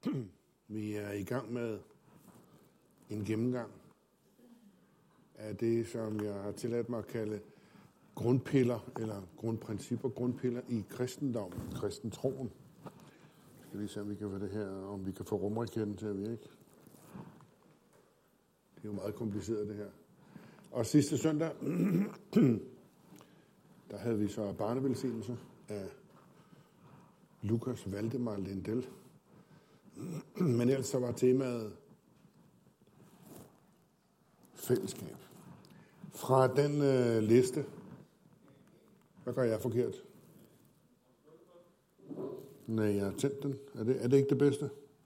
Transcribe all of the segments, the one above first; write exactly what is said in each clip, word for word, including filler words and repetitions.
Vi er i gang med en gennemgang af det, som jeg har tilladt mig at kalde grundpiller, eller grundprincipper, grundpiller i kristendommen, kristentroen. Jeg skal lige se, om vi kan få det her, om vi kan få rumraketten til at virke. Det er jo meget kompliceret, det her. Og sidste søndag, der havde vi så barnevelsignelse af Lukas Valdemar Lindell. Men ellers så var temaet fællesskab. Fra den øh, liste, hvad gør jeg forkert? Nej, jeg har tændt den. Er det, er det ikke det bedste?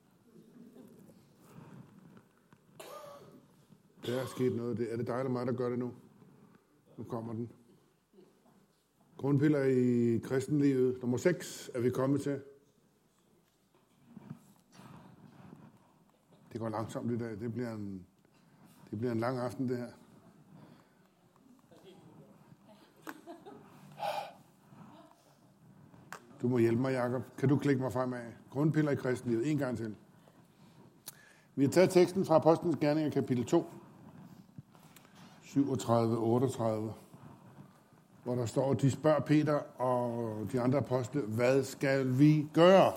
Der er sket noget. Er det dig eller mig, der gør det nu? Nu kommer den. Grundpiller i kristenlivet. Nummer seks er vi kommet til. Det går langsomt i dag. Det bliver en, det bliver en lang aften, det her. Du må hjælpe mig, Jacob. Kan du klikke mig fremad? Grundpiller i kristenlivet. En gang til. Vi har taget teksten fra Apostlenes Gerninger, kapitel to, syvogtredive otteogtredive, hvor der står, de spørger Peter og de andre apostle, hvad skal vi gøre?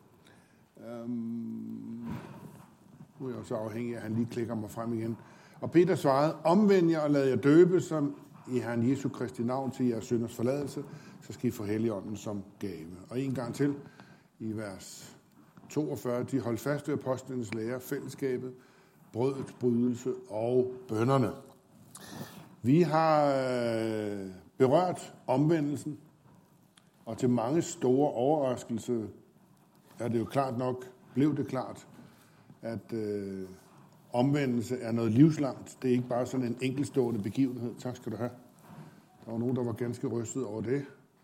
Øhm, nu er jeg så afhængig af, at han lige klikker mig frem igen. Og Peter svarede, omvend jer og lad jer døbe, som i Herren Jesu Kristi navn til jeres synders forladelse, så skal I få Helligånden som gave. Og en gang til, i vers toogfyrre, de holdt fast ved apostlenes lære, fællesskabet, brødets brydelse og bønnerne. Vi har øh, berørt omvendelsen, og til mange store overraskelser er det jo klart nok, blev det klart, at øh, omvendelse er noget livslangt. Det er ikke bare sådan en enkeltstående begivenhed. Tak skal du have. Der var nogen, der var ganske rystet over det.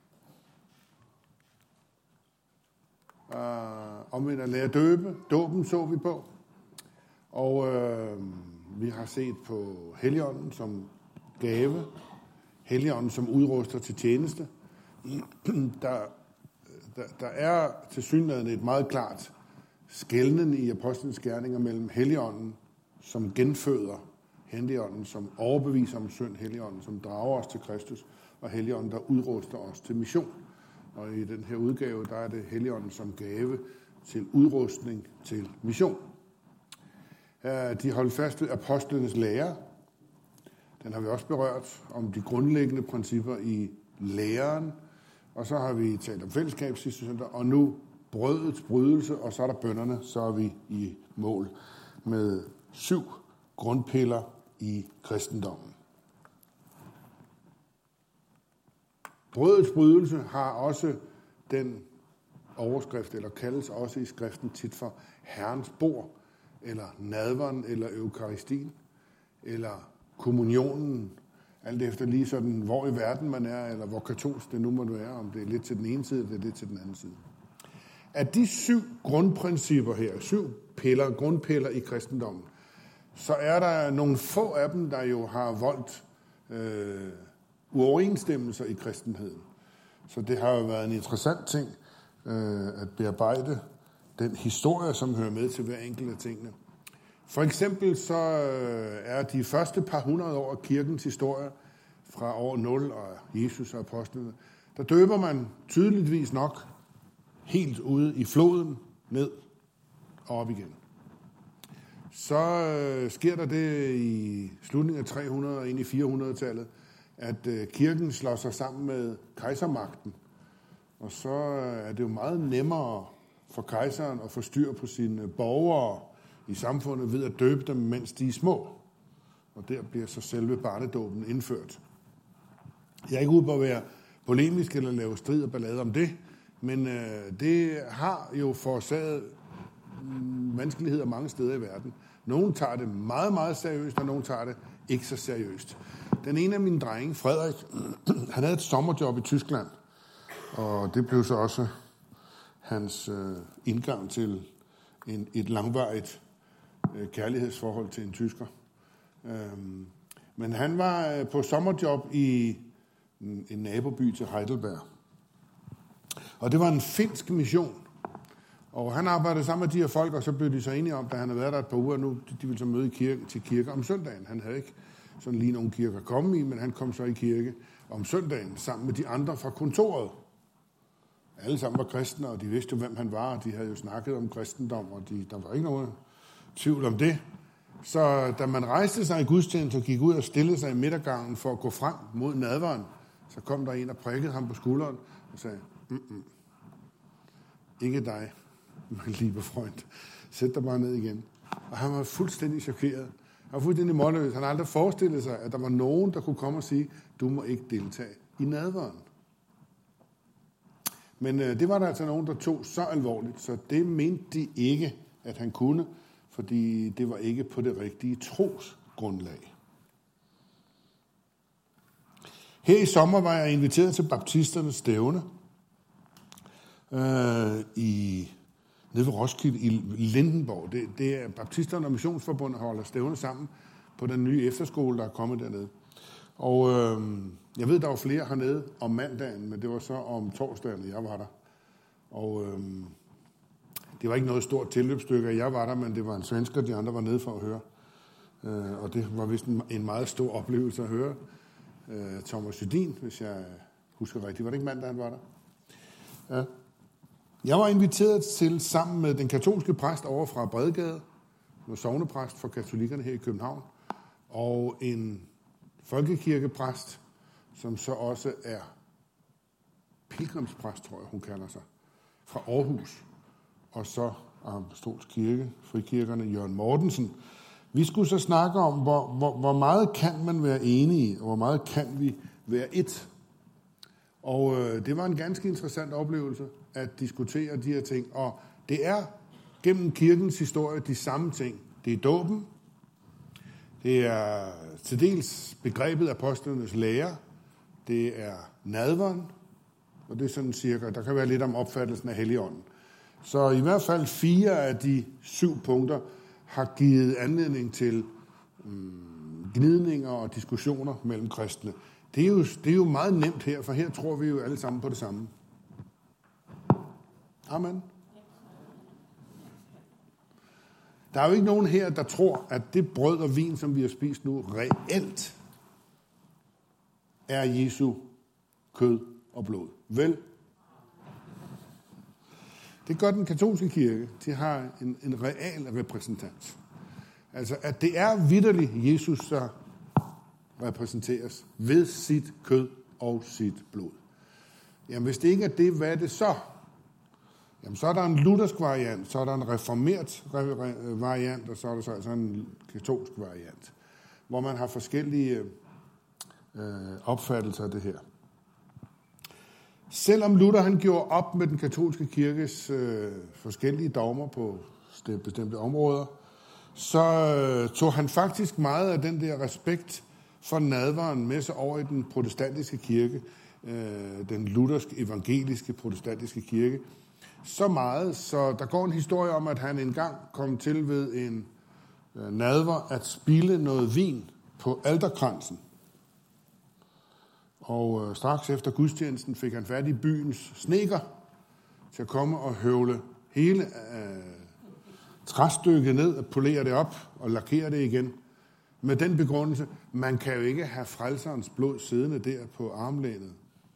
Uh, omvendt at lære døbe. Dåben så vi på. Og uh, vi har set på Helligånden som gave. Helligånden som udruster til tjeneste. der, der, der er tilsyneladende et meget klart skelnen i apostlenes gerninger mellem Helligånden som genføder, Helligånden som overbeviser om synd, Helligånden som drager os til Kristus, og Helligånden der udruster os til mission. Og i den her udgave, der er det Helligånden som gave til udrustning til mission. De holdt fast ved apostlenes lære. Den har vi også berørt om de grundlæggende principper i læren. Og så har vi talt om fællesskab sidste søndag, og nu brødets brydelse, og så er der bønnerne, så er vi i mål med syv grundpiller i kristendommen. Brødets brydelse har også den overskrift, eller kaldes også i skriften tit for Herrens bord, eller nadveren, eller eukaristien, eller kommunionen, alt efter lige sådan, hvor i verden man er, eller hvor katolsk det nu må være, om det er lidt til den ene side, eller lidt til den anden side. Af de syv grundprincipper her, syv piller, grundpiller i kristendommen, så er der nogle få af dem, der jo har voldt øh, uoverensstemmelser i kristenheden. Så det har jo været en interessant ting øh, at bearbejde den historie, som hører med til hver enkelt af tingene. For eksempel så øh, er de første par hundrede år af kirkens historie, fra år nul og Jesus og apostlene, der døber man tydeligvis nok helt ude i floden, ned og op igen. Så øh, sker der det i slutningen af tre hundrede og ind i fire hundrede-tallet, at øh, kirken slår sig sammen med kejsermagten. Og så øh, er det jo meget nemmere for kejseren at få styr på sine borgere i samfundet ved at døbe dem, mens de er små. Og der bliver så selve barnedåben indført. Jeg er ikke ude på at være polemisk eller lave strid og ballade om det, men øh, det har jo forårsaget mm, vanskeligheder mange steder i verden. Nogle tager det meget, meget seriøst, og nogle tager det ikke så seriøst. Den ene af mine drenge, Frederik, han havde et sommerjob i Tyskland, og det blev så også hans øh, indgang til en, et langvarigt øh, kærlighedsforhold til en tysker. Øhm, men han var øh, på sommerjob i en, en naboby til Heidelberg. Og det var en finsk mission. Og han arbejdede sammen med de her folk, og så blev de så enige om, da han havde været der et par uger nu, de ville så møde i kirke, til kirke om søndagen. Han havde ikke sådan lige nogen kirke at komme i, men han kom så i kirke om søndagen sammen med de andre fra kontoret. Alle sammen var kristne, og de vidste jo, hvem han var, og de havde jo snakket om kristendom, og de, der var ikke nogen tvivl om det. Så da man rejste sig i gudstjeneste og gik ud og stillede sig i midtergangen for at gå frem mod nadveren, så kom der en og prikkede ham på skulderen og sagde, Mm-mm. ikke dig, mein lieber Freund. Sæt dig bare ned igen. Og han var fuldstændig chokeret. Han var fuldstændig målløs. Han havde aldrig forestillet sig, at der var nogen, der kunne komme og sige, du må ikke deltage i nadveren. Men øh, det var der altså nogen, der tog så alvorligt, så det mente de ikke, at han kunne, fordi det var ikke på det rigtige trosgrundlag. Her i sommer var jeg inviteret til baptisternes stævne øh, i, nede ved Roskilde i Lindenborg. Det, det er baptisterne og Missionsforbundet holder stævne sammen på den nye efterskole, der er kommet dernede. Og øh, jeg ved, der var flere hernede om mandagen, men det var så om torsdagen, jeg var der. Og øh, det var ikke noget stort tilløbsstykke, at jeg var der, men det var en svensker, de andre var nede for at høre. Øh, og det var vist en, en meget stor oplevelse at høre. Øh, Thomas Judin, hvis jeg husker rigtigt. Var det ikke mandag, han var der? Ja. Jeg var inviteret til sammen med den katolske præst over fra Bredgade, en sognepræst for katolikkerne her i København, og en folkekirkepræst, som så også er pilgrimspræst, tror jeg, hun kalder sig, fra Aarhus, og så Apostolsk Kirke, frikirkerne, Jørgen Mortensen. Vi skulle så snakke om, hvor, hvor, hvor meget kan man være enige, og hvor meget kan vi være ét. Og øh, det var en ganske interessant oplevelse at diskutere de her ting. Og det er gennem kirkens historie de samme ting. Det er dåben, det er til dels begrebet apostlenes lære, det er nadveren, og det er sådan cirka, der kan være lidt om opfattelsen af Helligånden. Så i hvert fald fire af de syv punkter har givet anledning til mm, gnidninger og diskussioner mellem kristne. Det er, jo, det er jo meget nemt her, for her tror vi jo alle sammen på det samme. Amen. Der er jo ikke nogen her, der tror, at det brød og vin, som vi har spist nu, reelt er Jesu kød og blod. Vel? Det gør den katolske kirke. De har en, en real repræsentant. Altså, at det er vitterligt Jesus, der repræsenteres ved sit kød og sit blod. Jamen, hvis det ikke er det, hvad er det så? Jamen, så er der en luthersk variant, så er der en reformert variant, og så er der så altså en katolsk variant, hvor man har forskellige øh, opfattelser af det her. Selvom Luther han gjorde op med den katolske kirkes øh, forskellige dogmer på bestemte områder, så øh, tog han faktisk meget af den der respekt for nadveren med sig over i den protestantiske kirke, øh, den lutherske evangeliske protestantiske kirke, så meget, så der går en historie om, at han engang kom til ved en øh, nadver at spilde noget vin på alterkransen. Og øh, straks efter gudstjenesten fik han fat i byens snedker til at komme og høvle hele øh, træstykket ned og polere det op og lakere det igen. Med den begrundelse, man kan jo ikke have frelserens blod siddende der på armlænet.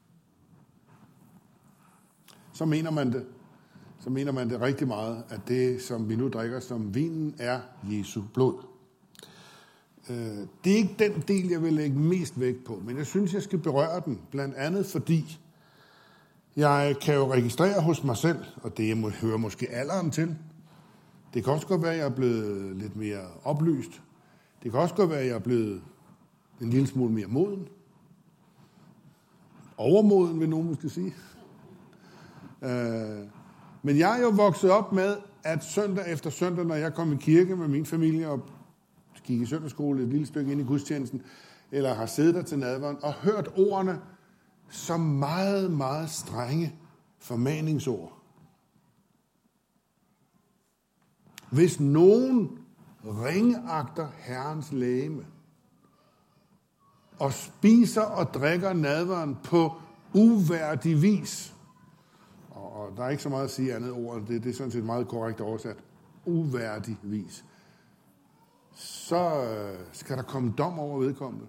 Så mener man det. Så mener man det rigtig meget, at det, som vi nu drikker som vinen, er Jesu blod. Det er ikke den del, jeg vil lægge mest vægt på, men jeg synes, jeg skal berøre den, blandt andet fordi jeg kan jo registrere hos mig selv, og det hører måske alderen til. Det kan også godt være, at jeg er blevet lidt mere oplyst. Det kan også godt være, at jeg er blevet en lille smule mere moden. Overmoden, vil nogen måske sige. Men jeg er jo vokset op med, at søndag efter søndag, når jeg kom i kirke med min familie og gik i søndagsskole et lille stykke ind i gudstjenesten, eller har siddet der til nadveren og hørt ordene som meget, meget strenge formaningsord. Hvis nogen ringeagter Herrens legeme og spiser og drikker nadveren på uværdig vis, og og der er ikke så meget at sige andet ord, det, det er sådan set meget korrekt oversat, uværdigvis, så skal der komme dom over vedkommende.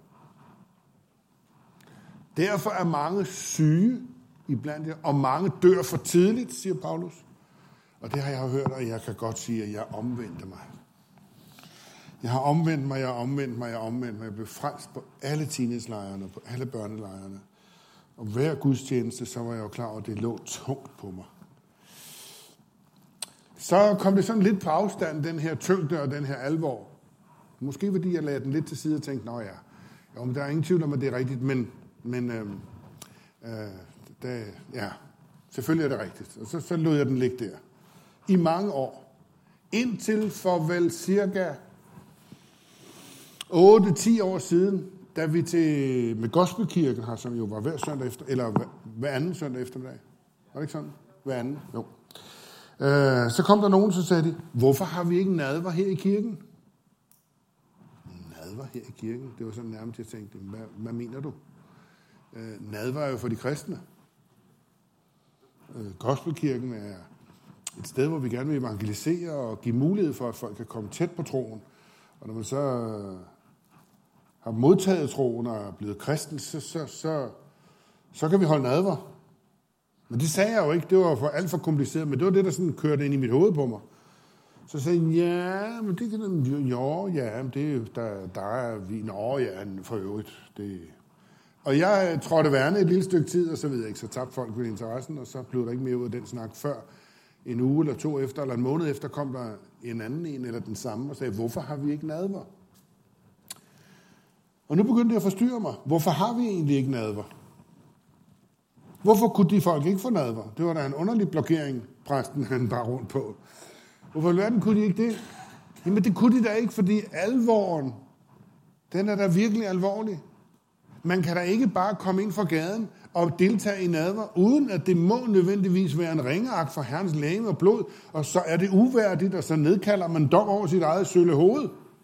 Derfor er mange syge iblandt jer, og mange dør for tidligt, siger Paulus. Og det har jeg hørt, og jeg kan godt sige, at jeg omvendte mig. Jeg har omvendt mig, jeg har omvendt mig, jeg har omvendt mig. Jeg blev frelst på alle teenage-lejrene, på alle børnelejrene. Og hver gudstjeneste, så var jeg jo klar over, at det lå tungt på mig. Så kom det sådan lidt på afstand, den her tyngde og den her alvor. Måske fordi jeg lagde den lidt til side og tænkte, nå ja, jo, men der er ingen tvivl om, at det er rigtigt, men, men øh, øh, det, ja, selvfølgelig er det rigtigt. Og så, så lod jeg den ligge der. I mange år. Indtil for vel cirka otte til ti år siden, da vi til med Gospelkirken her, som jo var hver søndag efter, eller hver, hver anden søndag eftermiddag. Var det ikke sådan? Hver anden? Jo. Øh, så kom der nogen, så sagde de, hvorfor har vi ikke nadver her i kirken? Nadver her i kirken? Det var sådan nærmest, jeg tænkte, hvad, hvad mener du? Øh, nadver er jo for de kristne. Øh, Gospelkirken er et sted, hvor vi gerne vil evangelisere og give mulighed for, at folk kan komme tæt på troen. Og når man så øh, har modtaget troen og er blevet kristen, så, så, så, så kan vi holde nadver. Men det sagde jeg jo ikke. Det var for alt for kompliceret, men det var det, der sådan kørte ind i mit hoved på mig. Så sagde jeg, ja, men det kan jo, ja, det, der, der er vi, nå, ja, for øvrigt. Det. Og jeg trådte værne et lille stykke tid, og så ved jeg ikke, så tabte folk ved interessen, og så blev der ikke mere ud af den snak før. En uge eller to efter, eller en måned efter, kom der en anden en, eller den samme, og sagde, hvorfor har vi ikke nadver? Og nu begyndte det at forstyrre mig. Hvorfor har vi egentlig ikke nadver? Hvorfor kunne de folk ikke få nadver? Det var da en underlig blokering, præsten han bare rundt på. Hvorfor i verden kunne de ikke det? Jamen det kunne de da ikke, fordi alvoren, den er da virkelig alvorlig. Man kan da ikke bare komme ind fra gaden og deltage i nadver, uden at det må nødvendigvis være en ringeagt for Herrens legeme og blod, og så er det uværdigt, og så nedkalder man dom over sit eget sølle hoved.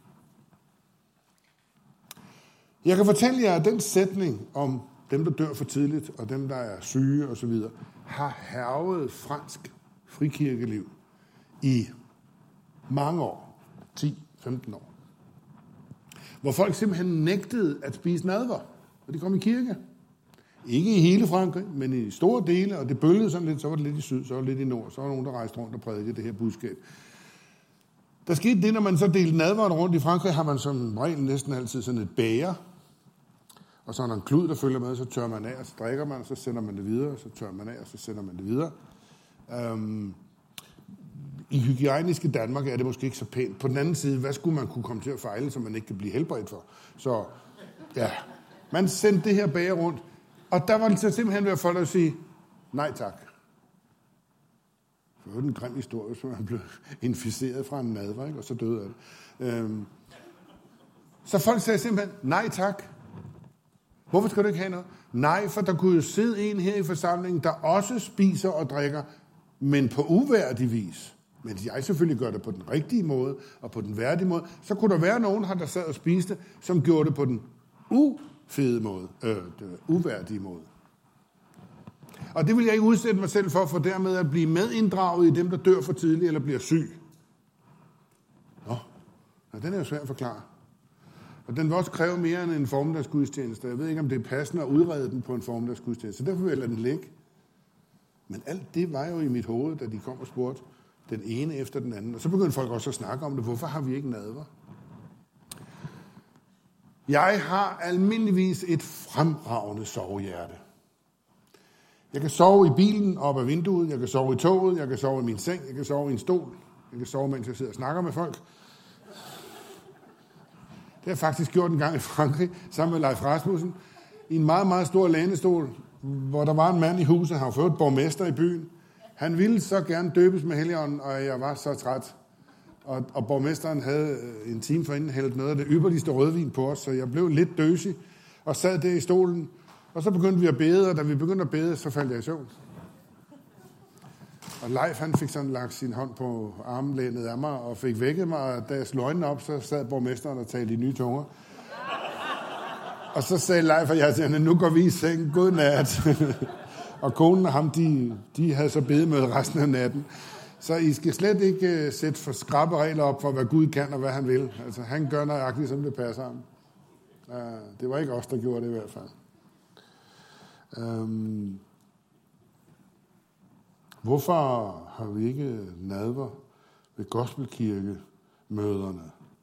Jeg kan fortælle jer, at den sætning om dem, der dør for tidligt, og dem, der er syge osv., har hærget fransk frikirkeliv i mange år, ti til femten år, hvor folk simpelthen nægtede at spise nadver, og de kom i kirke. Ikke i hele Frankrig, men i store dele, og det bølgede sådan lidt, så var det lidt i syd, så var det lidt i nord, så var der nogen, der rejste rundt og prædikede det her budskab. Der skete det, når man så delte nadveren rundt i Frankrig, har man som regel næsten altid sådan et bager, og så er der en klud, der følger med, så tørrer man af, og så drikker man, og så sender man det videre, og så tørrer man af, og så sender man det videre. Um, I hygiejniske Danmark er det måske ikke så pænt. På den anden side, hvad skulle man kunne komme til at fejle, som man ikke kan blive helbredt for? Så ja, man sendte det her bager rundt, og der var det så simpelthen ved at folk at sige, nej tak. Det var en grim historie, så han blev inficeret fra en nadver, ikke? Og så døde af det. Um, så folk sagde simpelthen, nej tak. Hvorfor skal du ikke have noget? Nej, for der kunne jo sidde en her i forsamlingen, der også spiser og drikker, men på uværdig vis. Men jeg selvfølgelig gør det på den rigtige måde, og på den værdige måde. Så kunne der være nogen her, der sad og spiste, som gjorde det på den ufede måde, øh, den uværdige måde. Og det vil jeg ikke udsætte mig selv for, for dermed at blive medinddraget i dem, der dør for tidligt eller bliver syg. Nå, ja, den er jo svær at forklare. Og den vil også kræve mere end en formiddagsgudstjeneste. Jeg ved ikke, om det er passende at udrede den på en formiddagsgudstjeneste, så derfor vil jeg lade den ligge. Men alt det var jo i mit hoved, da de kom og spurgte den ene efter den anden. Og så begyndte folk også at snakke om det. Hvorfor har vi ikke nadver? Jeg har almindeligvis et fremragende sovehjerte. Jeg kan sove i bilen op ad vinduet, jeg kan sove i toget, jeg kan sove i min seng, jeg kan sove i en stol, jeg kan sove, mens jeg sidder og snakker med folk. Det har jeg faktisk gjort en gang i Frankrig, sammen med Leif Rasmussen, i en meget, meget stor lænestol, hvor der var en mand i huset, han var fået borgmester i byen. Han ville så gerne døbes med Helligånden, og jeg var så træt. Og, og borgmesteren havde en time forinden hældt noget af det ypperligste rødvin på os, så jeg blev lidt døsig og sad der i stolen. Og så begyndte vi at bede, og da vi begyndte at bede, så faldt jeg i søvn. Og Leif, han fik sådan lagt sin hånd på armlænet af mig og fik vækket mig, og da jeg slog øjnene op, så sad borgmesteren og talte i nye tunger. Og så sagde Leif, og jeg sagde, nu går vi i seng, god nat. og konen og ham, de, de havde så bedemøde resten af natten. Så I skal slet ikke uh, sætte for skrappe regler op for, hvad Gud kan og hvad han vil. Altså, han gør nøjagtigt, som det passer ham. Uh, det var ikke os, der gjorde det i hvert fald. Um, hvorfor har vi ikke nadver ved gospelkirkemøderne?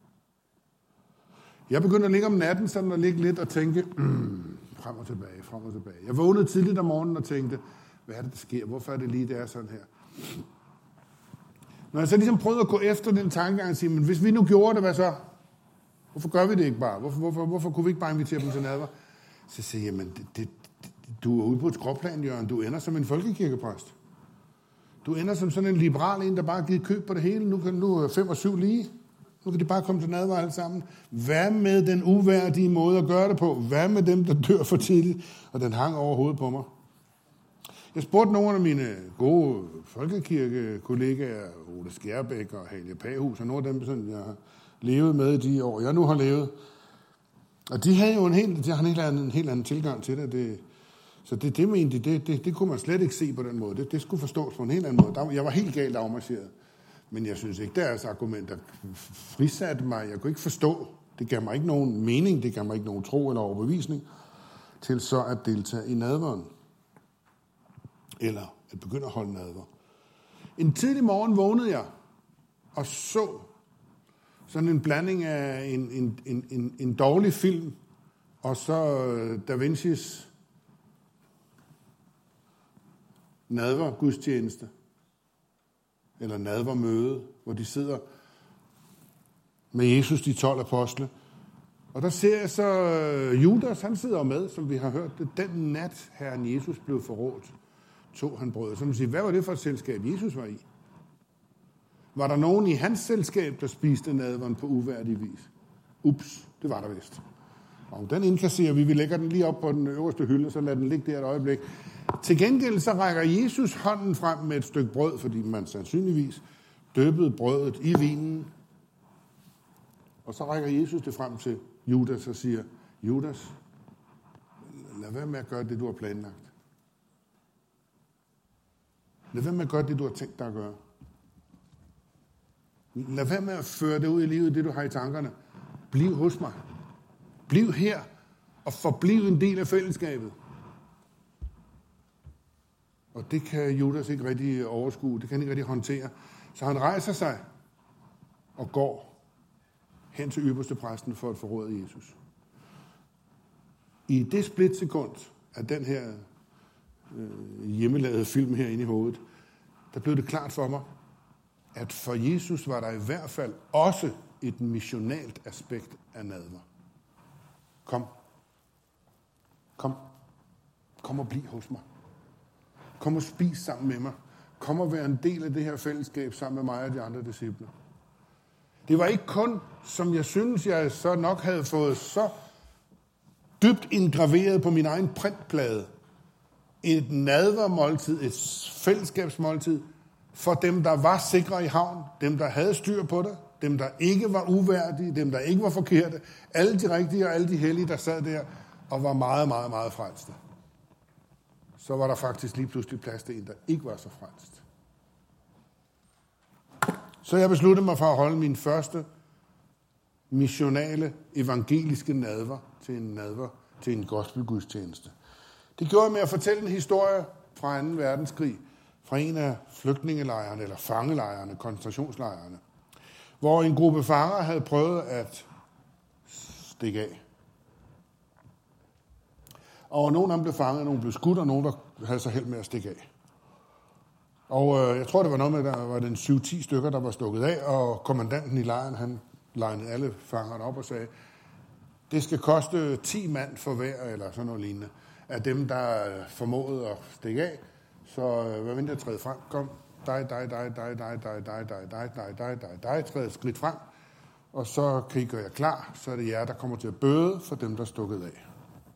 Jeg begyndte at ligge om natten, sådan at ligge lidt og tænke, mm, frem og tilbage, frem og tilbage. Jeg vågnede tidligt om morgenen og tænkte, hvad er det, der sker? Hvorfor er det lige, det er sådan her? Når jeg så ligesom prøvede at gå efter den tankegang og sige, men hvis vi nu gjorde det, hvad så? Hvorfor gør vi det ikke bare? Hvorfor, hvorfor, hvorfor kunne vi ikke bare invitere dem til nadver? Så siger jeg, jamen, det, det, du er ude på et skråplan, Jørgen. Du ender som en folkekirkepræst. Du ender som sådan en liberal en, der bare har givet køb på det hele. Nu kan nu fem og syv lige. Nu kan de bare komme til nadver alle sammen. Hvad med den uværdige måde at gøre det på? Hvad med dem, der dør for tidligt? Og den hang over hovedet på mig. Jeg spurgte nogle af mine gode folkekirkekollegaer, Ole Skærbæk og Helge Pahus, og nogle af dem, som jeg har levet med i de år, jeg nu har levet. Og de havde jo en helt, de har en helt anden, en helt anden tilgang til det. det så det, det mente de, det, det, det kunne man slet ikke se på den måde. Det, det skulle forstås på en helt anden måde. Der, jeg var helt galt afmarcheret. Men jeg synes ikke, deres argumenter frisatte mig. Jeg kunne ikke forstå. Det gav mig ikke nogen mening, det gav mig ikke nogen tro eller overbevisning til så at deltage i nadveren. Eller at begynde at holde nadver. En tidlig morgen vågnede jeg og så sådan en blanding af en, en, en, en, en dårlig film og så Da Vincis nadvergudstjeneste. Eller nadvermøde, hvor de sidder med Jesus, de tolv apostle. Og der ser jeg så Judas, han sidder med, som vi har hørt det. Den nat, Herren Jesus blev forrådt, tog han brødet. Så man siger, hvad var det for et selskab, Jesus var i? Var der nogen i hans selskab, der spiste nadveren på uværdig vis? Ups, det var der vist. Og den indkasserer vi. Vi lægger den lige op på den øverste hylde, så lader den ligge der et øjeblik. Til gengæld så rækker Jesus hånden frem med et stykke brød, fordi man sandsynligvis døbede brødet i vinen. Og så rækker Jesus det frem til Judas og siger, Judas, lad være med at gøre det, du har planlagt. Lad være med at gøre det, du har tænkt dig at gøre. Lad være med at føre det ud i livet, det du har i tankerne. Bliv hos mig. Bliv her og forbliv en del af fællesskabet. Og det kan Judas ikke rigtig overskue, det kan han ikke rigtig håndtere. Så han rejser sig og går hen til ypperste præsten for at forråde Jesus. I det splitsekund af den her øh, hjemmelavede film herinde i hovedet, der blev det klart for mig, at for Jesus var der i hvert fald også et missionalt aspekt af nadver. Kom. Kom. Kom og bliv hos mig. Kom og spis sammen med mig. Kom og være en del af det her fællesskab sammen med mig og de andre disciple. Det var ikke kun, som jeg synes, jeg så nok havde fået så dybt indgraveret på min egen printplade, et nadvermåltid, et fællesskabsmåltid for dem, der var sikre i havn, dem, der havde styr på det, dem, der ikke var uværdige, dem, der ikke var forkerte, alle de rigtige og alle de hellige, der sad der og var meget, meget, meget frelste. Så var der faktisk lige pludselig plads til en, der ikke var så frelst. Så jeg besluttede mig for at holde min første missionale, evangeliske nadver til en nadver, til en gospelgudstjeneste. Det gjorde jeg med at fortælle en historie fra anden verdenskrig, fra en af flygtningelejrene, eller fangelejrene, koncentrationslejrene, hvor en gruppe fanger havde prøvet at stikke af. Og nogen af dem blev fanget, nogen blev skudt, og nogen der havde så held med at stikke af. Og øh, jeg tror, det var noget med, der var den syv ti stykker, der var stukket af, og kommandanten i lejren, han legnede alle fangerne op og sagde, det skal koste ti mand for hver, eller sådan noget lignende, af dem, der formåede at stikke af. Så øh, hvad venter jeg træde frem? Kom, dig, dig, dig, dig, dig, dig, dig, dig, dig, dig, dig, dig, dig, træde et skridt frem, og så kan I gøre jer klar, så er det jer, der kommer til at bøde for dem, der er stukket af.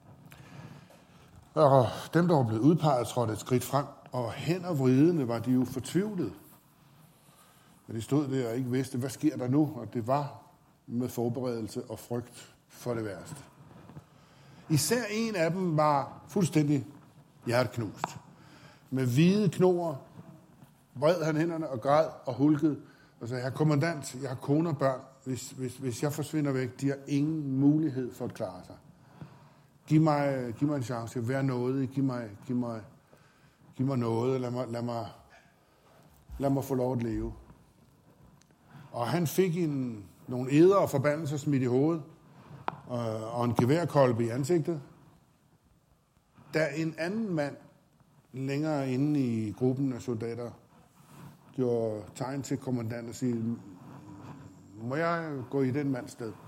Og dem, der var blevet udpeget, trådte et skridt frem, og hen og vridende var de jo fortvivlet. Men de stod der og ikke vidste, hvad sker der nu? Og det var med forberedelse og frygt for det værste. Især en af dem var fuldstændig hjerteknust. med hvide knoer, vred han hænderne og græd og hulkede, og sagde, herre kommandant, jeg har kone og børn. Hvis, hvis, hvis jeg forsvinder væk, de har ingen mulighed for at klare sig. Giv mig, giv mig en chance. Vær nådig. Giv mig, giv mig, giv mig noget. Lad mig, lad, mig, lad mig få lov at leve. Og han fik en, nogle eder og forbandelser smidt i hovedet, og, og en geværkolbe i ansigtet. Da en anden mand længere inde i gruppen af soldater gjorde tegn til kommandanten og sige, må jeg gå i den mands sted?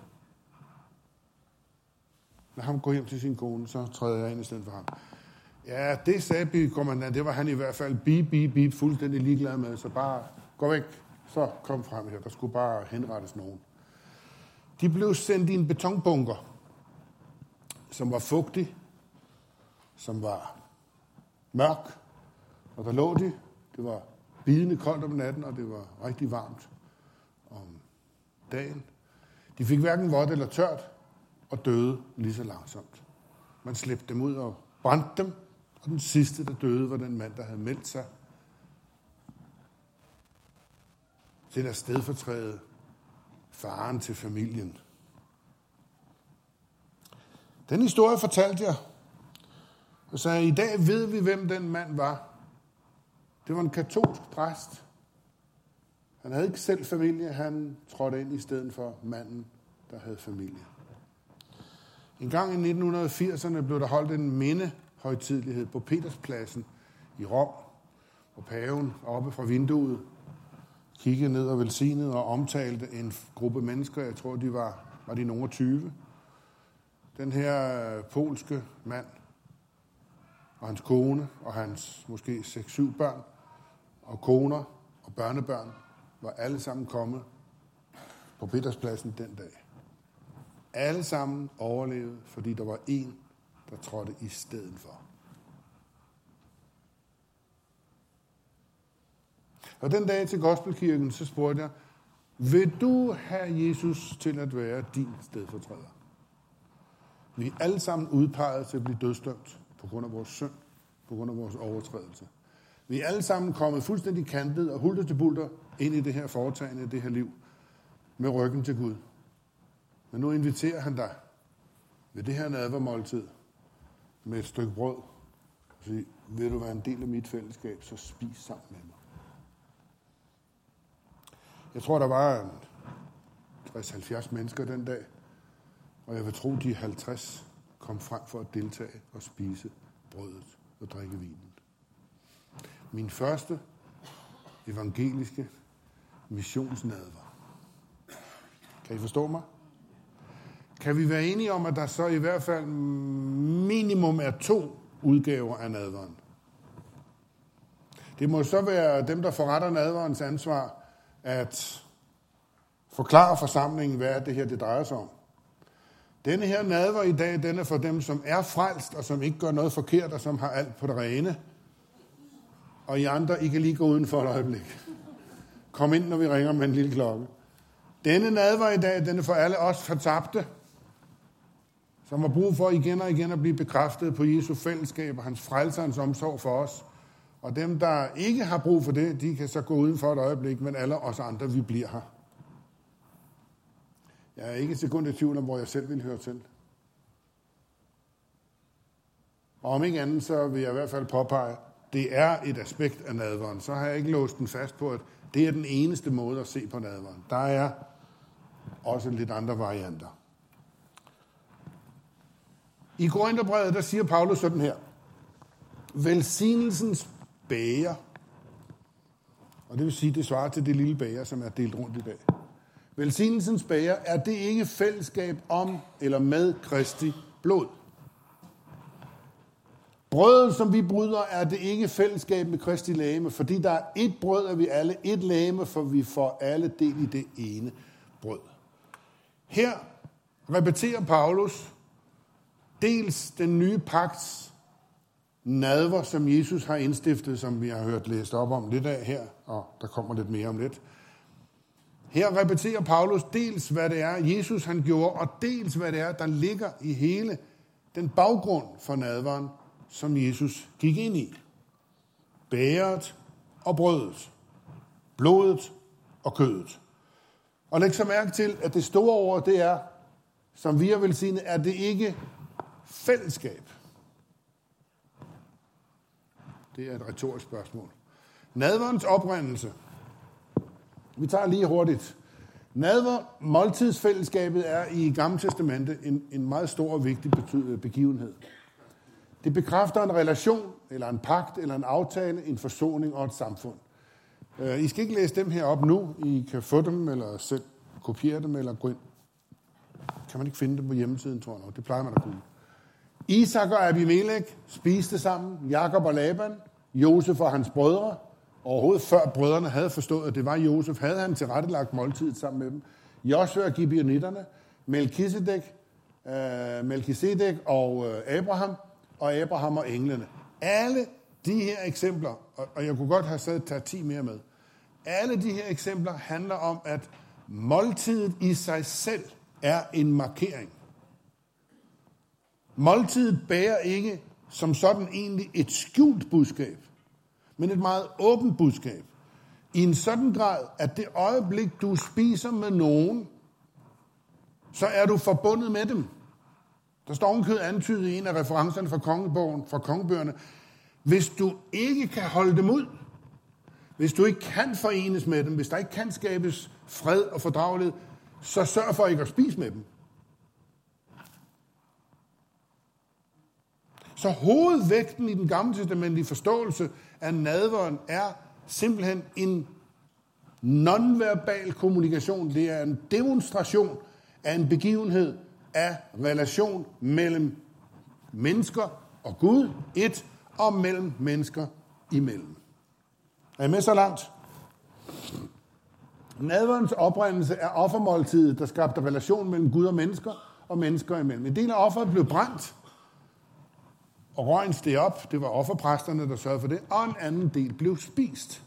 Lad ham gå hjem til sin kone, så træder jeg ind i stedet for ham. Ja, det sagde kommandanten, det var han i hvert fald bip, bip, bip, fuldstændig ligeglad med, så bare gå væk, så kom frem her, der skulle bare henrettes nogen. De blev sendt i en betonbunker, som var fugtig, som var mørk, og der lå de. Det var bidende koldt om natten, og det var rigtig varmt om dagen. De fik hverken vådt eller tørt, og døde lige så langsomt. Man slæbte dem ud og brændte dem, og den sidste, der døde, var den mand, der havde meldt sig til at stedfortræde faren til familien. Den historie fortalte jeg, og sagde, i dag ved vi, hvem den mand var. Det var en katolsk præst. Han havde ikke selv familie, han trådte ind i stedet for manden, der havde familie. En gang i nitten firserne blev der holdt en mindehøjtidelighed på Peterspladsen i Rom, hvor paven oppe fra vinduet kiggede ned og velsignede og omtalte en gruppe mennesker. Jeg tror, de var, var de nogle tyve. Den her polske mand og hans kone og hans måske seks syv børn og koner og børnebørn var alle sammen kommet på Peterspladsen den dag. Alle sammen overlevede, fordi der var en, der trådte i stedet for. Og den dag til Gospelkirken, så spurgte jeg, vil du have Jesus til at være din stedfortræder? Vi er alle sammen udpeget til at blive dødsdømt på grund af vores synd, på grund af vores overtrædelse. Vi er alle sammen kommet fuldstændig kantet og hulter til bulter ind i det her foretagende, det her liv, med ryggen til Gud. Men nu inviterer han dig ved det her nadvermåltid med et stykke brød og siger, vil du være en del af mit fællesskab, så spis sammen med mig. Jeg tror, der var tres til halvfjerds mennesker den dag, og jeg vil tro, de halvtreds kom frem for at deltage og spise brødet og drikke vinen. Min første evangeliske missionsnadver. Kan I forstå mig? Kan vi være enige om, at der så i hvert fald minimum er to udgaver af nadveren? Det må så være dem, der forretter nadverens ansvar, at forklare forsamlingen, hvad det her det drejer sig om. Denne her nadver i dag, den er for dem, som er frelst, og som ikke gør noget forkert, og som har alt på det rene. Og I andre, I kan lige gå uden for et øjeblik. Kom ind, når vi ringer med en lille klokke. Denne nadver i dag, den er for alle os fortabte, som har brug for igen og igen at blive bekræftet på Jesu fællesskab og hans frelse og hans omsorg for os. Og dem, der ikke har brug for det, de kan så gå uden for et øjeblik, men alle os andre, vi bliver her. Jeg er ikke et sekund i tvivl om, hvor jeg selv vil høre til. Og om ikke andet, så vil jeg i hvert fald påpege, det er et aspekt af nadveren. Så har jeg ikke låst den fast på, at det er den eneste måde at se på nadveren. Der er også lidt andre varianter. I Korintherbrevet, der siger Paulus sådan her. Velsignelsens bæger, og det vil sige, det svarer til det lille bæger, som er delt rundt i dag. Velsignelsens bæger, er det ikke fællesskab om eller med Kristi blod? Brødet, som vi bryder, er det ikke fællesskab med Kristi legeme, fordi der er et brød, er vi alle et legeme, for vi får alle del i det ene brød. Her repeterer Paulus dels den nye pagts nadver, som Jesus har indstiftet, som vi har hørt læst op om lidt af her, og der kommer lidt mere om lidt. Her repeterer Paulus dels, hvad det er, Jesus han gjorde, og dels, hvad det er, der ligger i hele den baggrund for nadveren, som Jesus gik ind i. bæret og brødet, blodet og kødet. Og læg så mærke til, at det store ord, det er, som vi har velsignet, er det ikke fællesskab. Det er et retorisk spørgsmål. Nadverens oprindelse. Vi tager lige hurtigt. Nadver, måltidsfællesskabet, er i Gamle Testamente en, en meget stor og vigtig begivenhed. Det bekræfter en relation, eller en pagt, eller en aftale, en forsoning og et samfund. I skal ikke læse dem her op nu. I kan få dem, eller selv kopiere dem, eller gå ind. Kan man ikke finde dem på hjemmesiden, tror jeg nok. Det plejer man at kunne. Isak og Abimelech spiste sammen. Jakob og Laban. Josef og hans brødre. Overhovedet før brødrene havde forstået, at det var Josef, havde han tilrettelagt måltidet sammen med dem. Josua og Gibeonitterne. Melkisedek, øh, Melkisedek og øh, Abraham. Og Abraham og englene. Alle de her eksempler, og jeg kunne godt have sagt, tage ti mere med. Alle de her eksempler handler om, at måltidet i sig selv er en markering. Måltidet bærer ikke som sådan egentlig et skjult budskab, men et meget åbent budskab. I en sådan grad, at det øjeblik, du spiser med nogen, så er du forbundet med dem. Der står ovenkød antydet i en af referencerne fra kongebogen, fra kongebøgerne. Hvis du ikke kan holde dem ud, hvis du ikke kan forenes med dem, hvis der ikke kan skabes fred og fordragelighed, så sørg for ikke at spise med dem. Så hovedvægten i den gamle testamentlige forståelse af nadveren er simpelthen en nonverbal kommunikation. Det er en demonstration af en begivenhed af relation mellem mennesker og Gud, et, og mellem mennesker imellem. Er I med så langt? Nadverens oprindelse er offermåltidet, der skabte relation mellem Gud og mennesker, og mennesker imellem. En del af offeret blev brændt, og røgen steg op. Det var offerpræsterne, der sørgede for det. Og en anden del blev spist.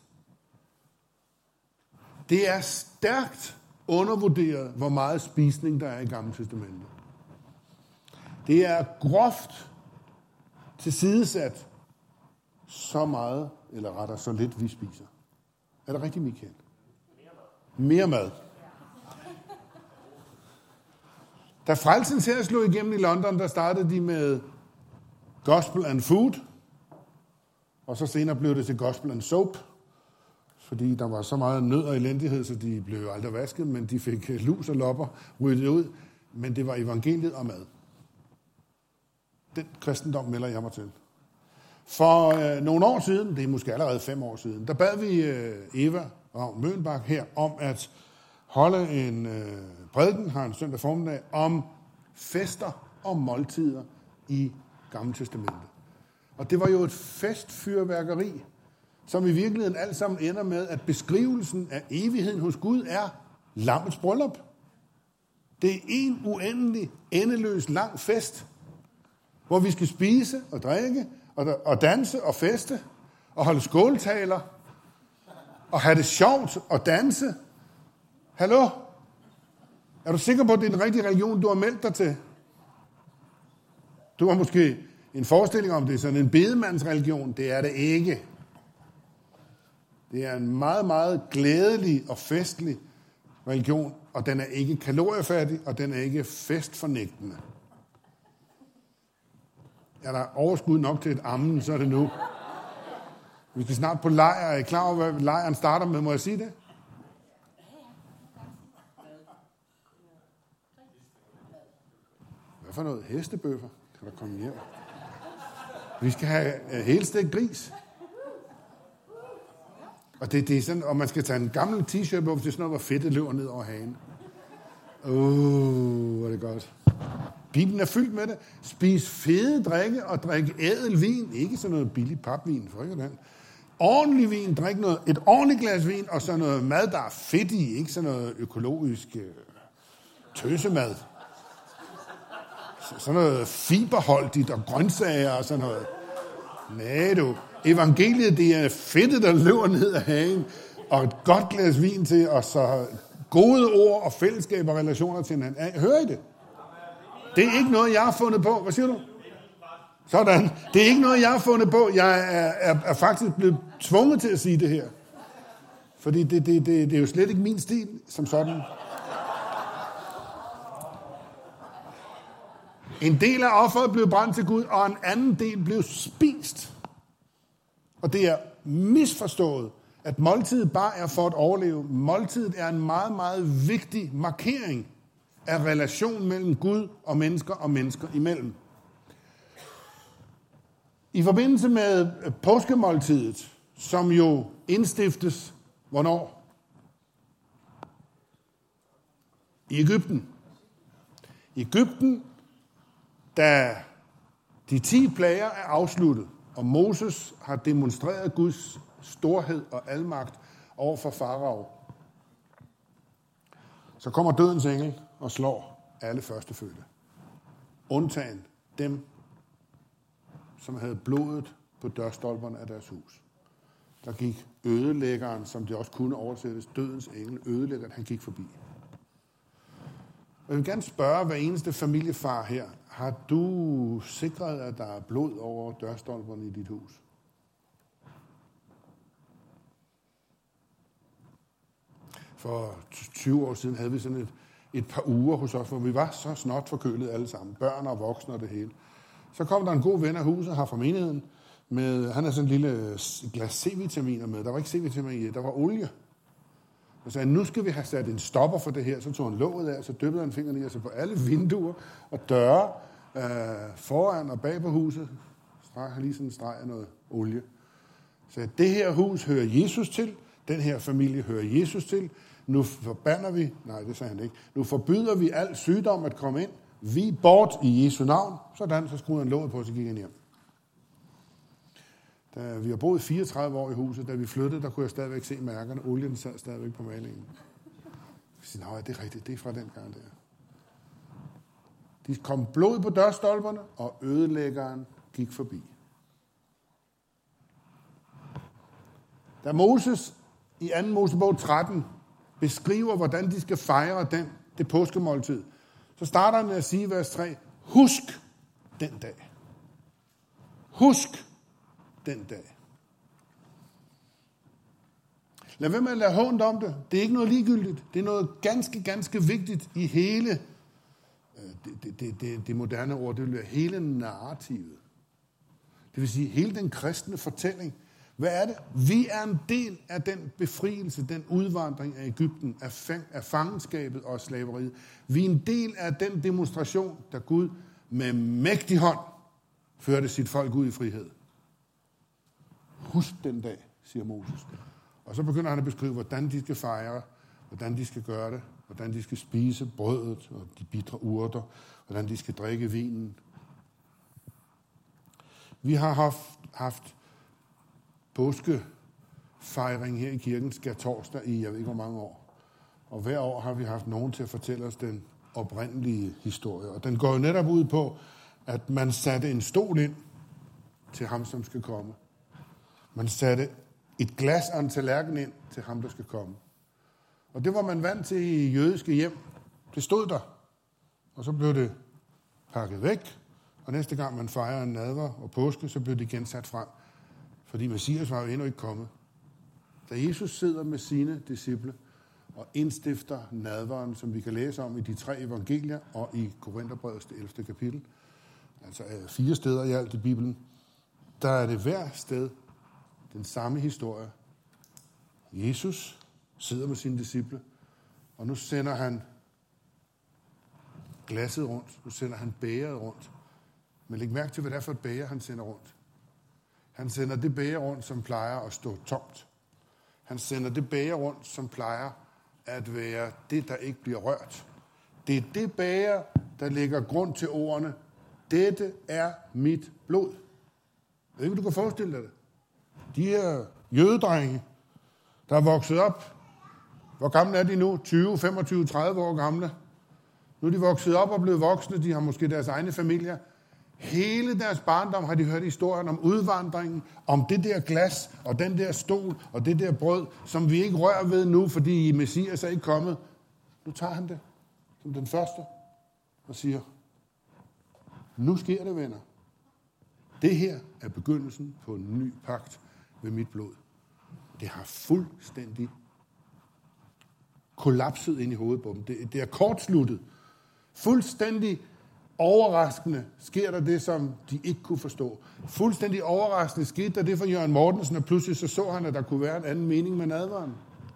Det er stærkt undervurderet, hvor meget spisning der er i Gamle Testamentet. Det er groft tilsidesat så meget, eller rettere så lidt, vi spiser. Er det rigtigt, Michael? Mere mad. Da frelsens her slog igennem i London, der startede de med Gospel and Food, og så senere blev det til Gospel and Soap, fordi der var så meget nød og elendighed, så de blev aldrig vasket, men de fik lus og lopper ryddet ud, men det var evangeliet og mad. Den kristendom melder jeg mig til. For øh, nogle år siden, det er måske allerede fem år siden, der bad vi øh, Eva og Mønbak her om at holde en øh, prædiken, har en søndag formiddag, om fester og måltider i Gamle Testamentet. Og det var jo et festfyrværkeri, som i virkeligheden alt sammen ender med, at beskrivelsen af evigheden hos Gud er lammets bryllup. Det er en uendelig, endeløs lang fest, hvor vi skal spise og drikke, og, og danse og feste, og holde skåltaler, og have det sjovt og danse. Hallo? Er du sikker på, at det er den rigtige religion, du har meldt dig til? Du har måske en forestilling om, det er sådan en bedemandsreligion. Det er det ikke. Det er en meget, meget glædelig og festlig religion, og den er ikke kaloriefattig, og den er ikke festfornægtende. Er der overskud nok til et ammen, så er det nu. Vi skal snart på lejr. Er I klar over, hvad lejren starter med? Må jeg sige det? Hvad for noget? Hestebøffer? Kan der komme hjem? Vi skal have helstegt gris. Og, det, det er sådan, og man skal tage en gammel t-shirt på, hvis det er sådan noget, hvor fedtet løber ned over hagen. Åh, oh, hvor er det godt. Bibelen er fyldt med det. Spis fede drikke og drik ædel vin. Ikke sådan noget billig papvin, for ikke den. Ordentlig vin, drik noget, et ordentligt glas vin, og så noget mad, der er fedt i. Ikke sådan noget økologisk øh, tøsemad. Sådan noget fiberholdigt og grøntsager og sådan noget. Nej du, evangeliet, det er fedtet, der løber ned af hagen, og et godt glas vin til, og så gode ord og fællesskab og relationer til hinanden. Hører I det? Det er ikke noget, jeg har fundet på. Hvad siger du? Sådan. Det er ikke noget, jeg har fundet på. Jeg er, er, er faktisk blevet tvunget til at sige det her. Fordi det, det, det, det er jo slet ikke min stil som sådan. En del af offeret blev brændt til Gud, og en anden del blev spist. Og det er misforstået, at måltidet bare er for at overleve. Måltidet er en meget, meget vigtig markering af relationen mellem Gud og mennesker og mennesker imellem. I forbindelse med påskemåltidet, som jo indstiftes, hvornår? I Egypten. I Egypten, da de ti plager er afsluttet, og Moses har demonstreret Guds storhed og almagt over for farao, så kommer dødens engel og slår alle førstefødte. Undtagen dem, som havde blodet på dørstolperne af deres hus. Der gik ødelæggeren, som det også kunne oversættes, dødens engel, ødelæggeren, han gik forbi. Jeg vil gerne spørge hver eneste familiefar her, har du sikret, at der er blod over dørstolperne i dit hus? For tyve år siden havde vi sådan et, et par uger hos os, hvor vi var så snot forkølet alle sammen, børn og voksne og det hele. Så kom der en god ven af huset her fra menigheden, med, han havde sådan en lille glas C-vitaminer med. Der var ikke C-vitaminer i, der var olie. Og sagde, nu skal vi have sat en stopper for det her. Så tog han låget af, så dyppede han fingrene i, altså på alle vinduer og døre øh, foran og bag på huset. Streg, han lige sådan en streg af noget olie. Så det her hus hører Jesus til. Den her familie hører Jesus til. Nu forbander vi, nej det sagde han ikke, nu forbyder vi al sygdom at komme ind. Vi bort i Jesu navn. Sådan, så skruede han låget på, så gik han hjem. Da vi har boet fireogtredive år i huset, da vi flyttede, der kunne jeg stadigvæk se mærkerne. Olien sad stadigvæk på malingen. Jeg siger, nej, det er rigtigt, det er fra den gang der. De kom blod på dørstolperne, og ødelæggeren gik forbi. Da Moses i anden Mosebog tretten beskriver, hvordan de skal fejre den, det påskemåltid, så starter han med at sige i vers tre, husk den dag. Husk den dag. Lad være med at lade hånd om det. Det er ikke noget ligegyldigt. Det er noget ganske, ganske vigtigt i hele, det, det, det, det, det moderne ord, det vil være hele narrativet. Det vil sige hele den kristne fortælling. Hvad er det? Vi er en del af den befrielse, den udvandring af Egypten, af, fang, af fangenskabet og slaveriet. Vi er en del af den demonstration, der Gud med mægtig hånd førte sit folk ud i frihed. Husk den dag, siger Moses. Og så begynder han at beskrive, hvordan de skal fejre, hvordan de skal gøre det, hvordan de skal spise brødet og de bitre urter, hvordan de skal drikke vinen. Vi har haft, haft påskefejring her i kirken skærtorsdag i, jeg ved ikke hvor mange år. Og hver år har vi haft nogen til at fortælle os den oprindelige historie. Og den går jo netop ud på, at man satte en stol ind til ham, som skal komme. Man satte et glas og en tallerken ind til ham, der skal komme. Og det var man vant til i jødiske hjem. Det stod der. Og så blev det pakket væk. Og næste gang man fejrer en nadver og påske, så blev det gensat frem. Fordi Messias var jo endnu ikke kommet. Da Jesus sidder med sine disciple og indstifter nadveren, som vi kan læse om i de tre evangelier og i Korinterbrevets ellevte kapitel, altså fire steder i alt i Bibelen, der er det hver sted den samme historie. Jesus sidder med sine disciple, og nu sender han glasset rundt, nu sender han bægeret rundt. Men læg mærke til, hvad det er for et bæger, han sender rundt. Han sender det bæger rundt, som plejer at stå tomt. Han sender det bæger rundt, som plejer at være det, der ikke bliver rørt. Det er det bæger, der lægger grund til ordene, dette er mit blod. Jeg ved ikke, du kan forestille dig det. De her jødedrenge, der er vokset op, hvor gamle er de nu? tyve, femogtyve, tredive år gamle. Nu er de vokset op og blevet voksne, de har måske deres egne familier. Hele deres barndom har de hørt historien om udvandringen, om det der glas, og den der stol, og det der brød, som vi ikke rører ved nu, fordi Messias er ikke kommet. Nu tager han det som den første og siger, nu sker det, venner. Det her er begyndelsen på en ny pagt ved mit blod. Det har fuldstændig kollapset ind i hovedet på dem. Det, det er kortsluttet. Fuldstændig overraskende sker der det, som de ikke kunne forstå. Fuldstændig overraskende skete der det for Jørgen Mortensen, og pludselig så, så han, at der kunne være en anden mening med nadveren.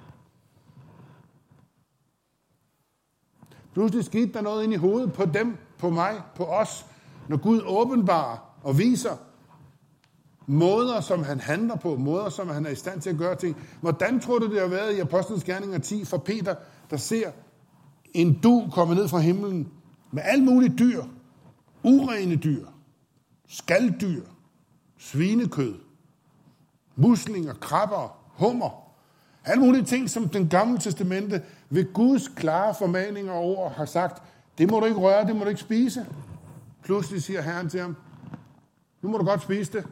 Pludselig skete der noget ind i hovedet på dem, på mig, på os, når Gud åbenbarer og viser måder, som han handler på, måder, som han er i stand til at gøre ting. Hvordan tror du, det har været i Apostlenes Gerninger ti for Peter, der ser en dug komme ned fra himlen med alle mulige dyr, urene dyr, skalddyr, svinekød, muslinger, krabber, hummer, alle mulige ting, som den gamle testamente ved Guds klare formaninger og ord har sagt, det må du ikke røre, det må du ikke spise. Pludselig siger Herren til ham, nu må du godt spise det.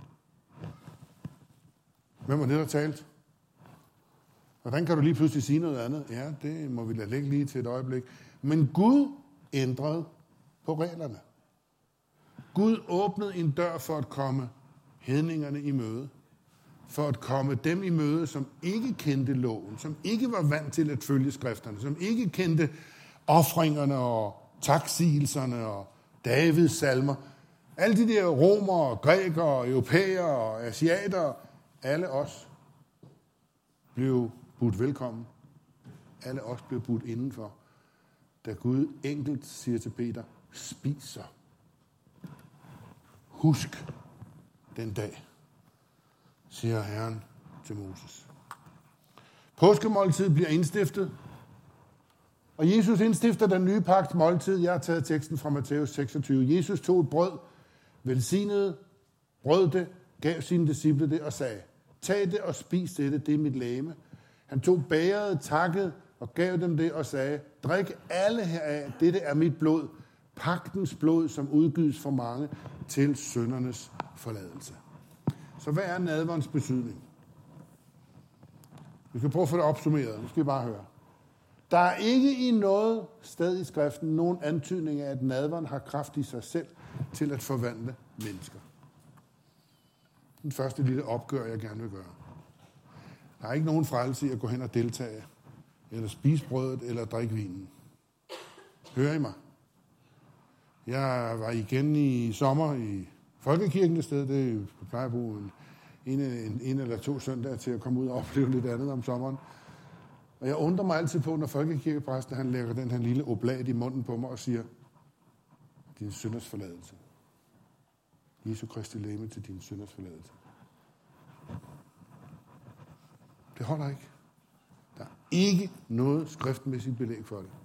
Hvem var det, der talte? Hvordan kan du lige pludselig sige noget andet? Ja, det må vi lade ligge lige til et øjeblik. Men Gud ændrede på reglerne. Gud åbnede en dør for at komme hedningerne i møde. For at komme dem i møde, som ikke kendte loven, som ikke var vant til at følge skrifterne, som ikke kendte ofringerne og taksigelserne og Davids salmer. Alle de der romere, grækere, europæere og asiater, alle os blev budt velkommen. Alle os blev budt indenfor. Da Gud enkelt siger til Peter, spis så. Husk den dag, siger Herren til Moses. Påskemåltid bliver indstiftet, og Jesus indstifter den nye pagt måltid. Jeg har taget teksten fra Matthæus seksogtyve. Jesus tog et brød, velsignede, brød det, gav sine disciple det og sagde, tag det og spis det, det er mit legeme. Han tog bægeret, takkede og gav dem det og sagde, drik alle heraf, dette er mit blod, pagtens blod, som udgives for mange til syndernes forladelse. Så hvad er nadverens betydning? Vi skal prøve at få det opsummeret. Nu skal vi bare høre. Der er ikke i noget sted i skriften nogen antydning af, at nadveren har kraft i sig selv til at forvandle mennesker. Den første lille opgør, jeg gerne vil gøre. Der er ikke nogen frelse i at gå hen og deltage, eller spise brødet, eller drikke vinen. Hører I mig? Jeg var igen i sommer i Folkekirken et sted. Det plejer at bruge en, en, en, en eller to søndage til at komme ud og opleve lidt andet om sommeren. Og jeg undrer mig altid på, når folkekirkepræsten han lægger den her lille oblat i munden på mig og siger, din synders forladelse. Jesu Kristi legeme til din synders forladelse. Det holder ikke. Der er ikke noget skriftmæssigt belæg for det.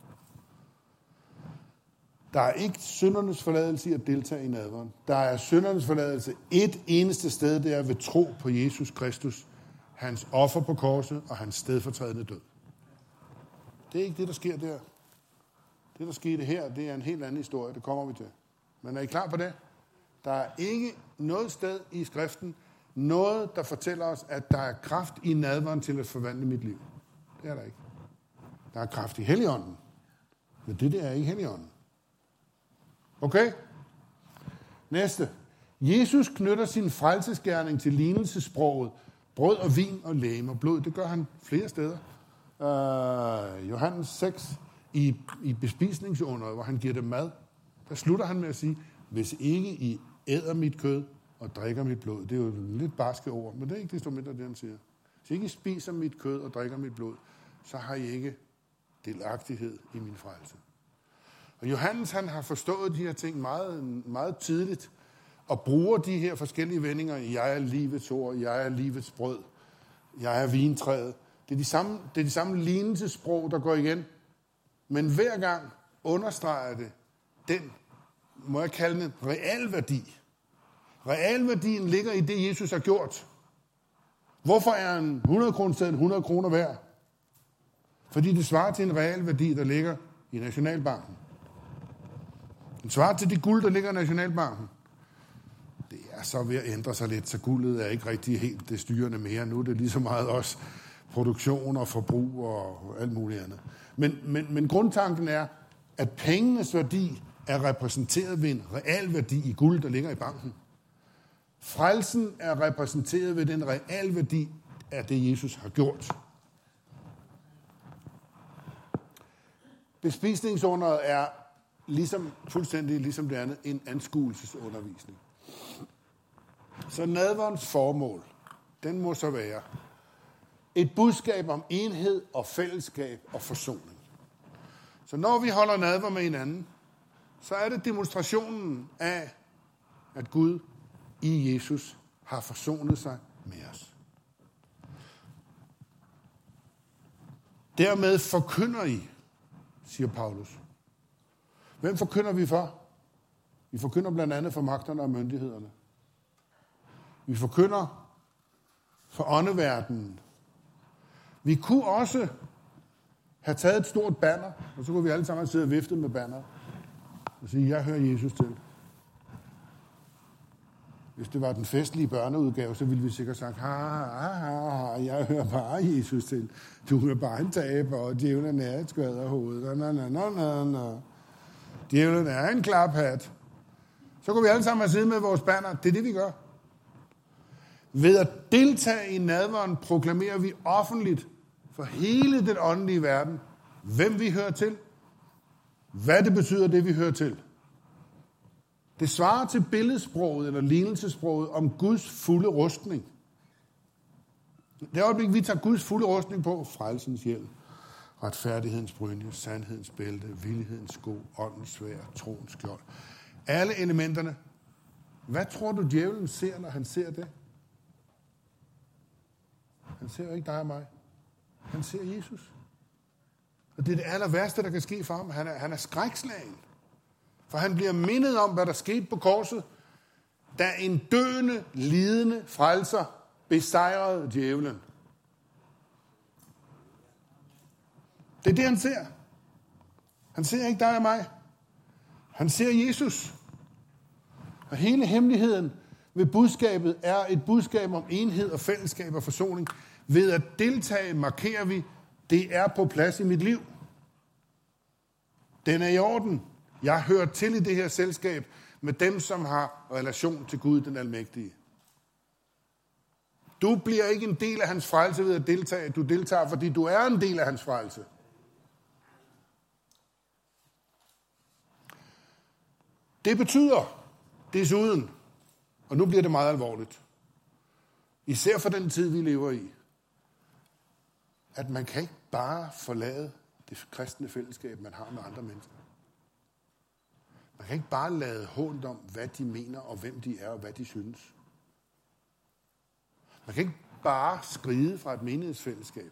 Der er ikke syndernes forladelse i at deltage i nadveren. Der er syndernes forladelse et eneste sted, det er ved tro på Jesus Kristus, hans offer på korset og hans stedfortrædende død. Det er ikke det, der sker der. Det, der skete her, det er en helt anden historie. Det kommer vi til. Men er I klar på det? Der er ikke noget sted i skriften, noget, der fortæller os, at der er kraft i nadveren til at forvandle mit liv. Det er der ikke. Der er kraft i Helligånden. Men det der er ikke Helligånden. Okay? Næste. Jesus knytter sin frelsesgerning til lignelsessproget. Brød og vin og legeme og blod. Det gør han flere steder. Uh, Johannes seks i, i bespisningsunderet, hvor han giver dem mad. Der slutter han med at sige, hvis ikke I æder mit kød og drikker mit blod. Det er jo lidt barske ord, men det er ikke desto mindre det, han siger. Hvis ikke I spiser mit kød og drikker mit blod, så har I ikke delagtighed i min frelse. Og Johannes, han har forstået de her ting meget, meget tidligt, og bruger de her forskellige vendinger. Jeg er livets ord, jeg er livets brød, jeg er vintræet. Det er de samme, det er de samme lignelsessprog, der går igen. Men hver gang understreger det den, må jeg kalde den, realværdi. Realværdien ligger i det, Jesus har gjort. Hvorfor er en hundrede kroner seddel hundrede kroner værd? Fordi det svarer til en realværdi, der ligger i Nationalbanken. Den svarer til det guld, der ligger i Nationalbanken. Det er så ved at ændre sig lidt, så guldet er ikke rigtig helt det styrende mere. Nu er det lige så meget også produktion og forbrug og alt muligt andet. Men, men, men grundtanken er, at pengenes værdi er repræsenteret ved en realværdi i guld, der ligger i banken. Frelsen er repræsenteret ved den realværdi af det, Jesus har gjort. Bespisningsunderet er ligesom, fuldstændig ligesom det andet en anskuelsesundervisning. Så nadverens formål, den må så være et budskab om enhed og fællesskab og forsoning. Så når vi holder nadver med hinanden, så er det demonstrationen af, at Gud i Jesus har forsonet sig med os. Dermed forkynder I, siger Paulus. Hvem forkynder vi for? Vi forkynder blandt andet for magterne og myndighederne. Vi forkynder for åndeverdenen. Vi kunne også have taget et stort banner, og så kunne vi alle sammen sidde og vifte med banner og sige, jeg hører Jesus til. Hvis det var den festlige børneudgave, så ville vi sikkert sagt, ha, ha, ha, ha, jeg hører bare Jesus til. Du er bare en taber, og djævlen er et skvaderhoved. Na, na, na, na, na. Djævlen er en klaphat. Så kunne vi alle sammen have siddet med vores banner. Det er det, vi gør. Ved at deltage i nadveren proklamerer vi offentligt for hele den åndelige verden, hvem vi hører til, hvad det betyder, det vi hører til. Det svarer til billedsproget eller lignelsesproget om Guds fulde rustning. Det øjeblik, vi tager Guds fulde rustning på, frelsens hjelm, retfærdighedens brynje, sandhedens bælte, villighedens sko, åndens sværd, troens skjold. Alle elementerne. Hvad tror du, djævlen ser, når han ser det? Han ser jo ikke dig og mig. Han ser Jesus. Og det er det aller værste, der kan ske for ham. Han er, han er skrækslagen. For han bliver mindet om, hvad der skete på korset, da en døende, lidende frelser besejrede djævlen. Det er det, han ser. Han ser ikke dig og mig. Han ser Jesus. Og hele hemmeligheden ved budskabet er et budskab om enhed og fællesskab og forsoning. Ved at deltage markerer vi, det er på plads i mit liv. Den er i orden. Jeg hører til i det her selskab med dem, som har relation til Gud, den almægtige. Du bliver ikke en del af hans frelse ved at deltage. Du deltager, fordi du er en del af hans frelse. Det betyder desuden, og nu bliver det meget alvorligt, især for den tid, vi lever i, at man kan ikke bare forlade det kristne fællesskab, man har med andre mennesker. Man kan ikke bare lade hånd om, hvad de mener, og hvem de er, og hvad de synes. Man kan ikke bare skride fra et menighedsfællesskab.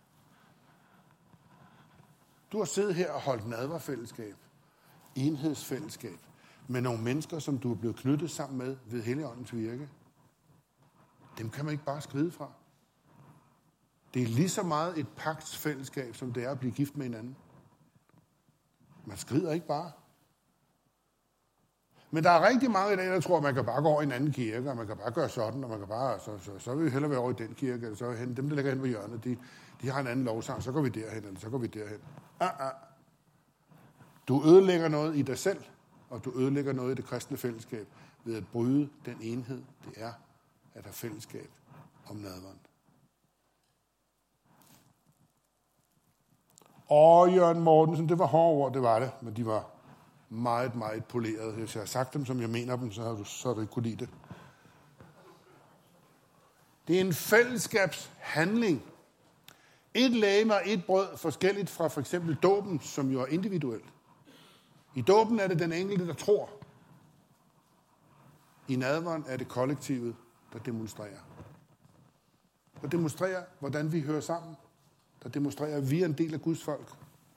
Du har siddet her og holdt nadverfællesskab, enhedsfællesskab, med nogle mennesker, som du er blevet knyttet sammen med ved Helligåndens virke. Dem kan man ikke bare skride fra. Det er lige så meget et pagtsfællesskab, som det er at blive gift med hinanden. Man skrider ikke bare. Men der er rigtig mange i dag, der tror, at man kan bare gå over i en anden kirke, og man kan bare gøre sådan, og man kan bare, så, så, så vil vi hellere være over i den kirke, eller så hen, dem, der ligger hen på hjørnet, de, de har en anden lovsang, så går vi derhen, eller så går vi derhen. Ah, ah. Du ødelægger noget i dig selv, og du ødelægger noget i det kristne fællesskab, ved at bryde den enhed, det er at have fællesskab om nadveren. Og Jørgen Mortensen, det var hårde ord, det var det, men de var meget, meget poleret. Hvis jeg har sagt dem, som jeg mener dem, så har du, så har du ikke kunne lide det. Det er en fællesskabshandling. Et legeme og et brød, forskelligt fra for eksempel dåben, som jo er individuelt. I dåben er det den enkelte, der tror. I nadveren er det kollektivet, der demonstrerer. Der demonstrerer, hvordan vi hører sammen. Der demonstrerer, at vi er en del af Guds folk.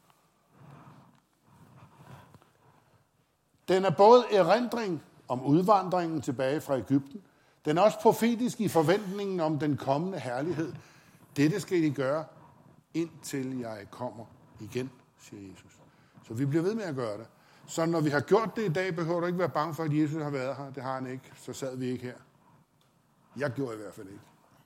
Den er både erindring om udvandringen tilbage fra Egypten. Den er også profetisk i forventningen om den kommende herlighed. Dette skal I gøre, indtil jeg kommer igen, siger Jesus. Så vi bliver ved med at gøre det. Så når vi har gjort det i dag, behøver du ikke være bange for, at Jesus har været her. Det har han ikke. Så sad vi ikke her. Jeg gjorde i hvert fald ikke.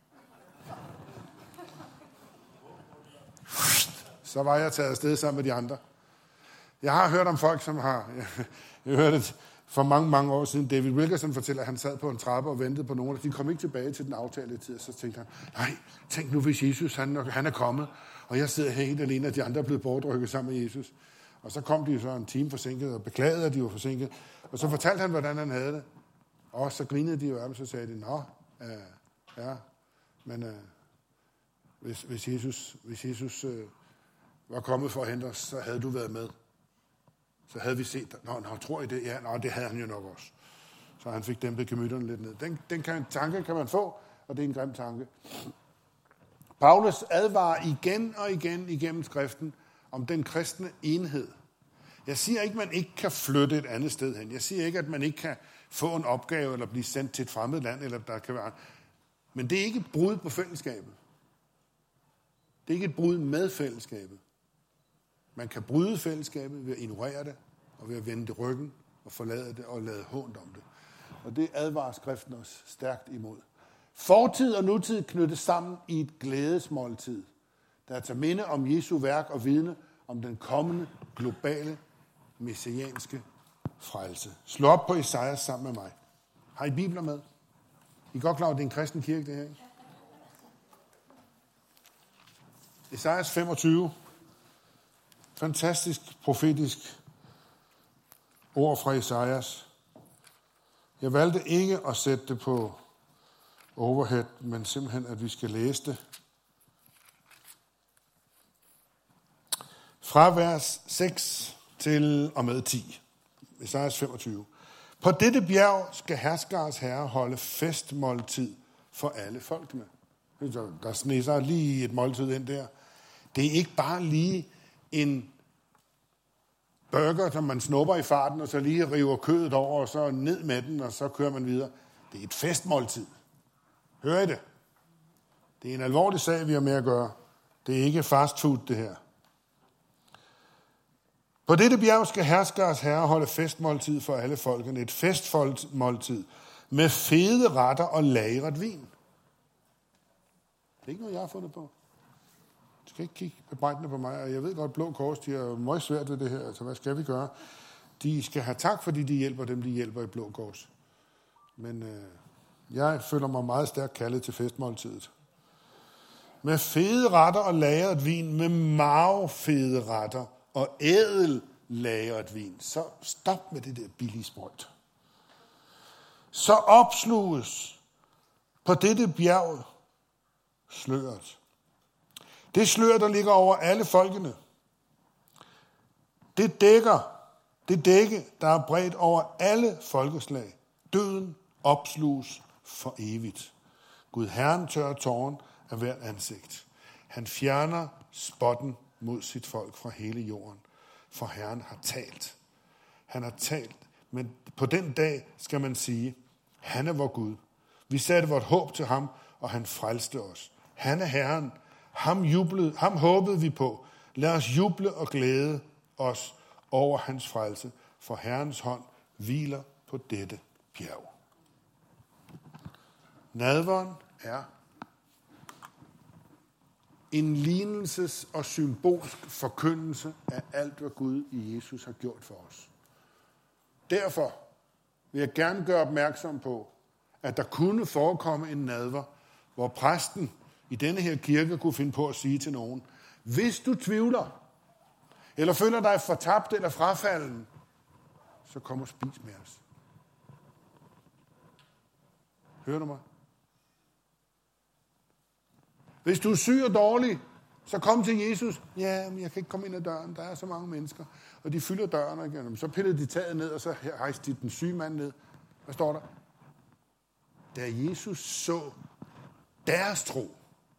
Så var jeg taget afsted sammen med de andre. Jeg har hørt om folk, som har... Jeg hørte For mange, mange år siden, David Wilkerson fortæller, at han sad på en trappe og ventede på nogen, og de kom ikke tilbage til den aftalte tid, og så tænkte han, nej, tænk nu, hvis Jesus han, han er kommet, og jeg sidder her helt alene, og de andre er blevet bortrykket sammen med Jesus. Og så kom de så en time forsinket, og beklagede, at de var forsinket, og så fortalte han, hvordan han havde det. Og så grinede de jo af dem, så sagde de, nå, øh, ja, men øh, hvis, hvis Jesus, hvis Jesus øh, var kommet for at hente os, så havde du været med. Så havde vi set, nå, nå, tror I det? Ja, nå, det havde han jo nok også. Så han fik dæmpet gemytterne lidt ned. Den, den kan, tanke kan man få, og det er en grim tanke. Paulus advarer igen og igen igennem skriften om den kristne enhed. Jeg siger ikke, at man ikke kan flytte et andet sted hen. Jeg siger ikke, at man ikke kan få en opgave eller blive sendt til et fremmed land, eller der kan være. Men det er ikke et brud på fællesskabet. Det er ikke et brud med fællesskabet. Man kan bryde fællesskabet ved at ignorere det, og ved at vende det ryggen, og forlade det, og lade hånd om det. Og det advarer skriften os stærkt imod. Fortid og nutid knyttes sammen i et glædesmåltid, der tager minde om Jesu værk og vidne om den kommende globale messianske frelse. Slå op på Esajas sammen med mig. Har I bibler med? I er godt klar over, at det er en kristen kirke, det her, ikke? Esajas femogtyve. Fantastisk profetisk ord fra Esajas. Jeg valgte ikke at sætte det på overhead, men simpelthen, at vi skal læse det. Fra vers seks til og med ti. Esajas femogtyve. På dette bjerg skal herskers herre holde festmåltid for alle folkene. Der sneser lige et måltid ind der. Det er ikke bare lige en burger, som man snupper i farten, og så lige river kødet over, og så ned med den, og så kører man videre. Det er et festmåltid. Hører I det? Det er en alvorlig sag, vi har med at gøre. Det er ikke fast food, det her. På dette bjerg skal herskers herre holde festmåltid for alle folkene. Et festmåltid med fede retter og lagret vin. Det er ikke noget, jeg har fundet på. Du skal ikke kigge bebrejdende på mig, og jeg ved godt, Blå Kors, de er meget svært ved det her. Altså, hvad skal vi gøre? De skal have tak, fordi de hjælper dem, de hjælper i Blå Kors. Men øh, jeg føler mig meget stærkt kaldet til festmåltidet. Med fede retter og lagret vin, med marvfede retter og ædel lagret vin. Så stop med det der billige sprøjt. Så opsluges på dette bjerg sløret. Det slør, der ligger over alle folkene. Det dækker, det dække, der er bredt over alle folkeslag. Døden opsluges for evigt. Gud Herren tørrer tåren af hvert ansigt. Han fjerner spotten mod sit folk fra hele jorden. For Herren har talt. Han har talt, men på den dag skal man sige, han er vor Gud. Vi satte vort håb til ham, og han frelste os. Han er Herren. Ham, jublede, ham håbede vi på. Lad os juble og glæde os over hans frelse, for Herrens hånd hviler på dette bjerg. Nadveren er en lignelses- og symbolsk forkyndelse af alt, hvad Gud i Jesus har gjort for os. Derfor vil jeg gerne gøre opmærksom på, at der kunne forekomme en nadver, hvor præsten i denne her kirke kunne finde på at sige til nogen, hvis du tvivler, eller føler dig fortabt eller frafalden, så kom og spis med os. Hører du mig? Hvis du er syg og dårlig, så kom til Jesus. Ja, men jeg kan ikke komme ind ad døren. Der er så mange mennesker. Og de fylder døren igen. Så pillede de taget ned, og så hejste de den syge mand ned. Hvad står der? Da Jesus så deres tro,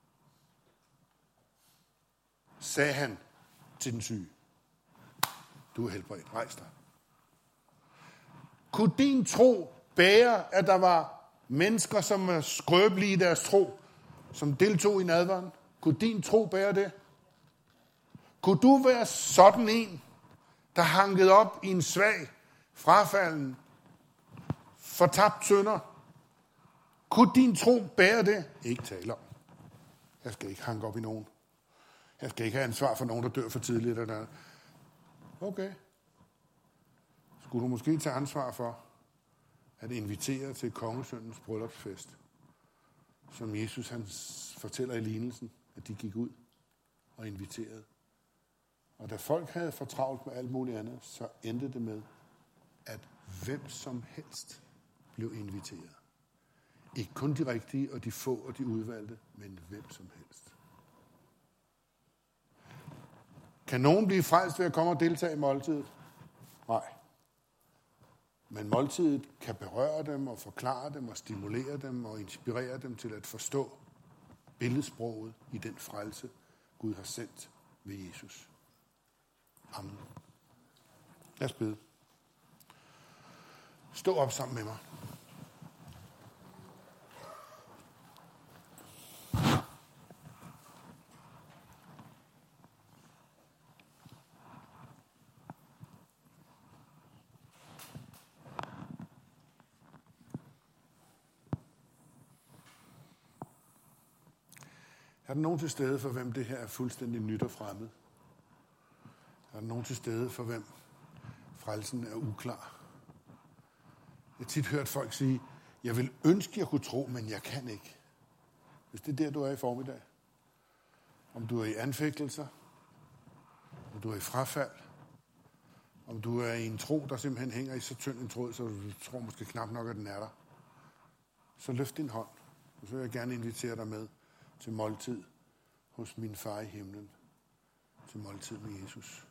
sagde han til den syge, du er helbredt. Rejs dig. Kunne din tro bære, at der var mennesker, som var skrøbelige i deres tro, som deltog i nadveren? Kunne din tro bære det? Kunne du være sådan en, der hankede op i en svag, frafalden, fortabt synder? Kunne din tro bære det? Ikke tale om. Jeg skal ikke hanke op i nogen. Jeg skal ikke have ansvar for nogen, der dør for tidligt. Eller okay. skulle du måske tage ansvar for at invitere til kongesønnens bryllupsfest, som Jesus han fortæller i lignelsen, at de gik ud og inviterede. Og da folk havde for travlt med alt muligt andet, så endte det med, at hvem som helst blev inviteret. Ikke kun de rigtige og de få og de udvalgte, men hvem som helst. Kan nogen blive frelst ved at komme og deltage i måltidet? Nej. Men måltidet kan berøre dem og forklare dem og stimulere dem og inspirere dem til at forstå billedsproget i den frelse, Gud har sendt ved Jesus. Amen. Lad os bede. Stå op sammen med mig. Er der nogen til stede, for hvem det her er fuldstændig nyt og fremmed? Er der nogen til stede, for hvem frelsen er uklar? Jeg har tit hørt folk sige, jeg vil ønske, jeg kunne tro, men jeg kan ikke. Hvis det er der, du er i formiddag. Om du er i anfægtelser, om du er i frafald, om du er i en tro, der simpelthen hænger i så tynd en tråd, så du tror måske knap nok, at den er der. Så løft din hånd, og så vil jeg gerne invitere dig med til måltid hos min far i himlen. Til måltid med Jesus.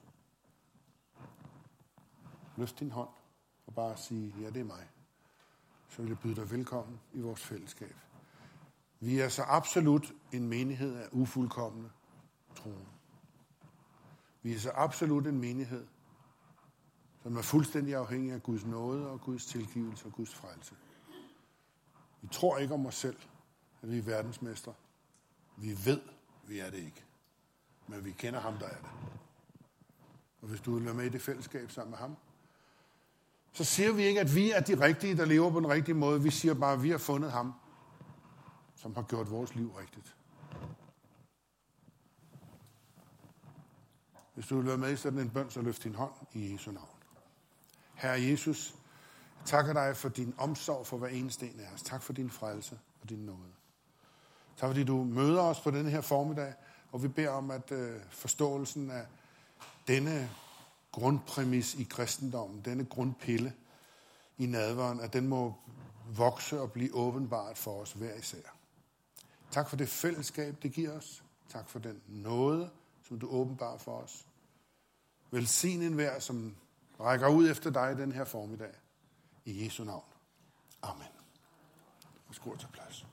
Løft din hånd og bare sige, ja, det er mig. Så vil jeg byde dig velkommen i vores fællesskab. Vi er så absolut en menighed af ufuldkomne troende. Vi er så absolut en menighed, som er fuldstændig afhængig af Guds nåde og Guds tilgivelse og Guds frelse. Vi tror ikke om os selv, at vi er verdensmestre. Vi ved, vi er det ikke. Men vi kender ham, der er det. Og hvis du vil være med i det fællesskab sammen med ham, så siger vi ikke, at vi er de rigtige, der lever på den rigtige måde. Vi siger bare, at vi har fundet ham, som har gjort vores liv rigtigt. Hvis du vil være med i sådan en bøn, så løft din hånd i Jesu navn. Herre Jesus, jeg takker dig for din omsorg for hver eneste en af os. Tak for din frelse og din nåde. Tak fordi du møder os på denne her formiddag, og vi beder om, at øh, forståelsen af denne grundpræmis i kristendommen, denne grundpille i nadveren, at den må vokse og blive åbenbart for os hver især. Tak for det fællesskab, det giver os. Tak for den nåde, som du åbenbarer for os. Velsign enhver, som rækker ud efter dig den her formiddag. I Jesu navn. Amen. Værsgo til plads.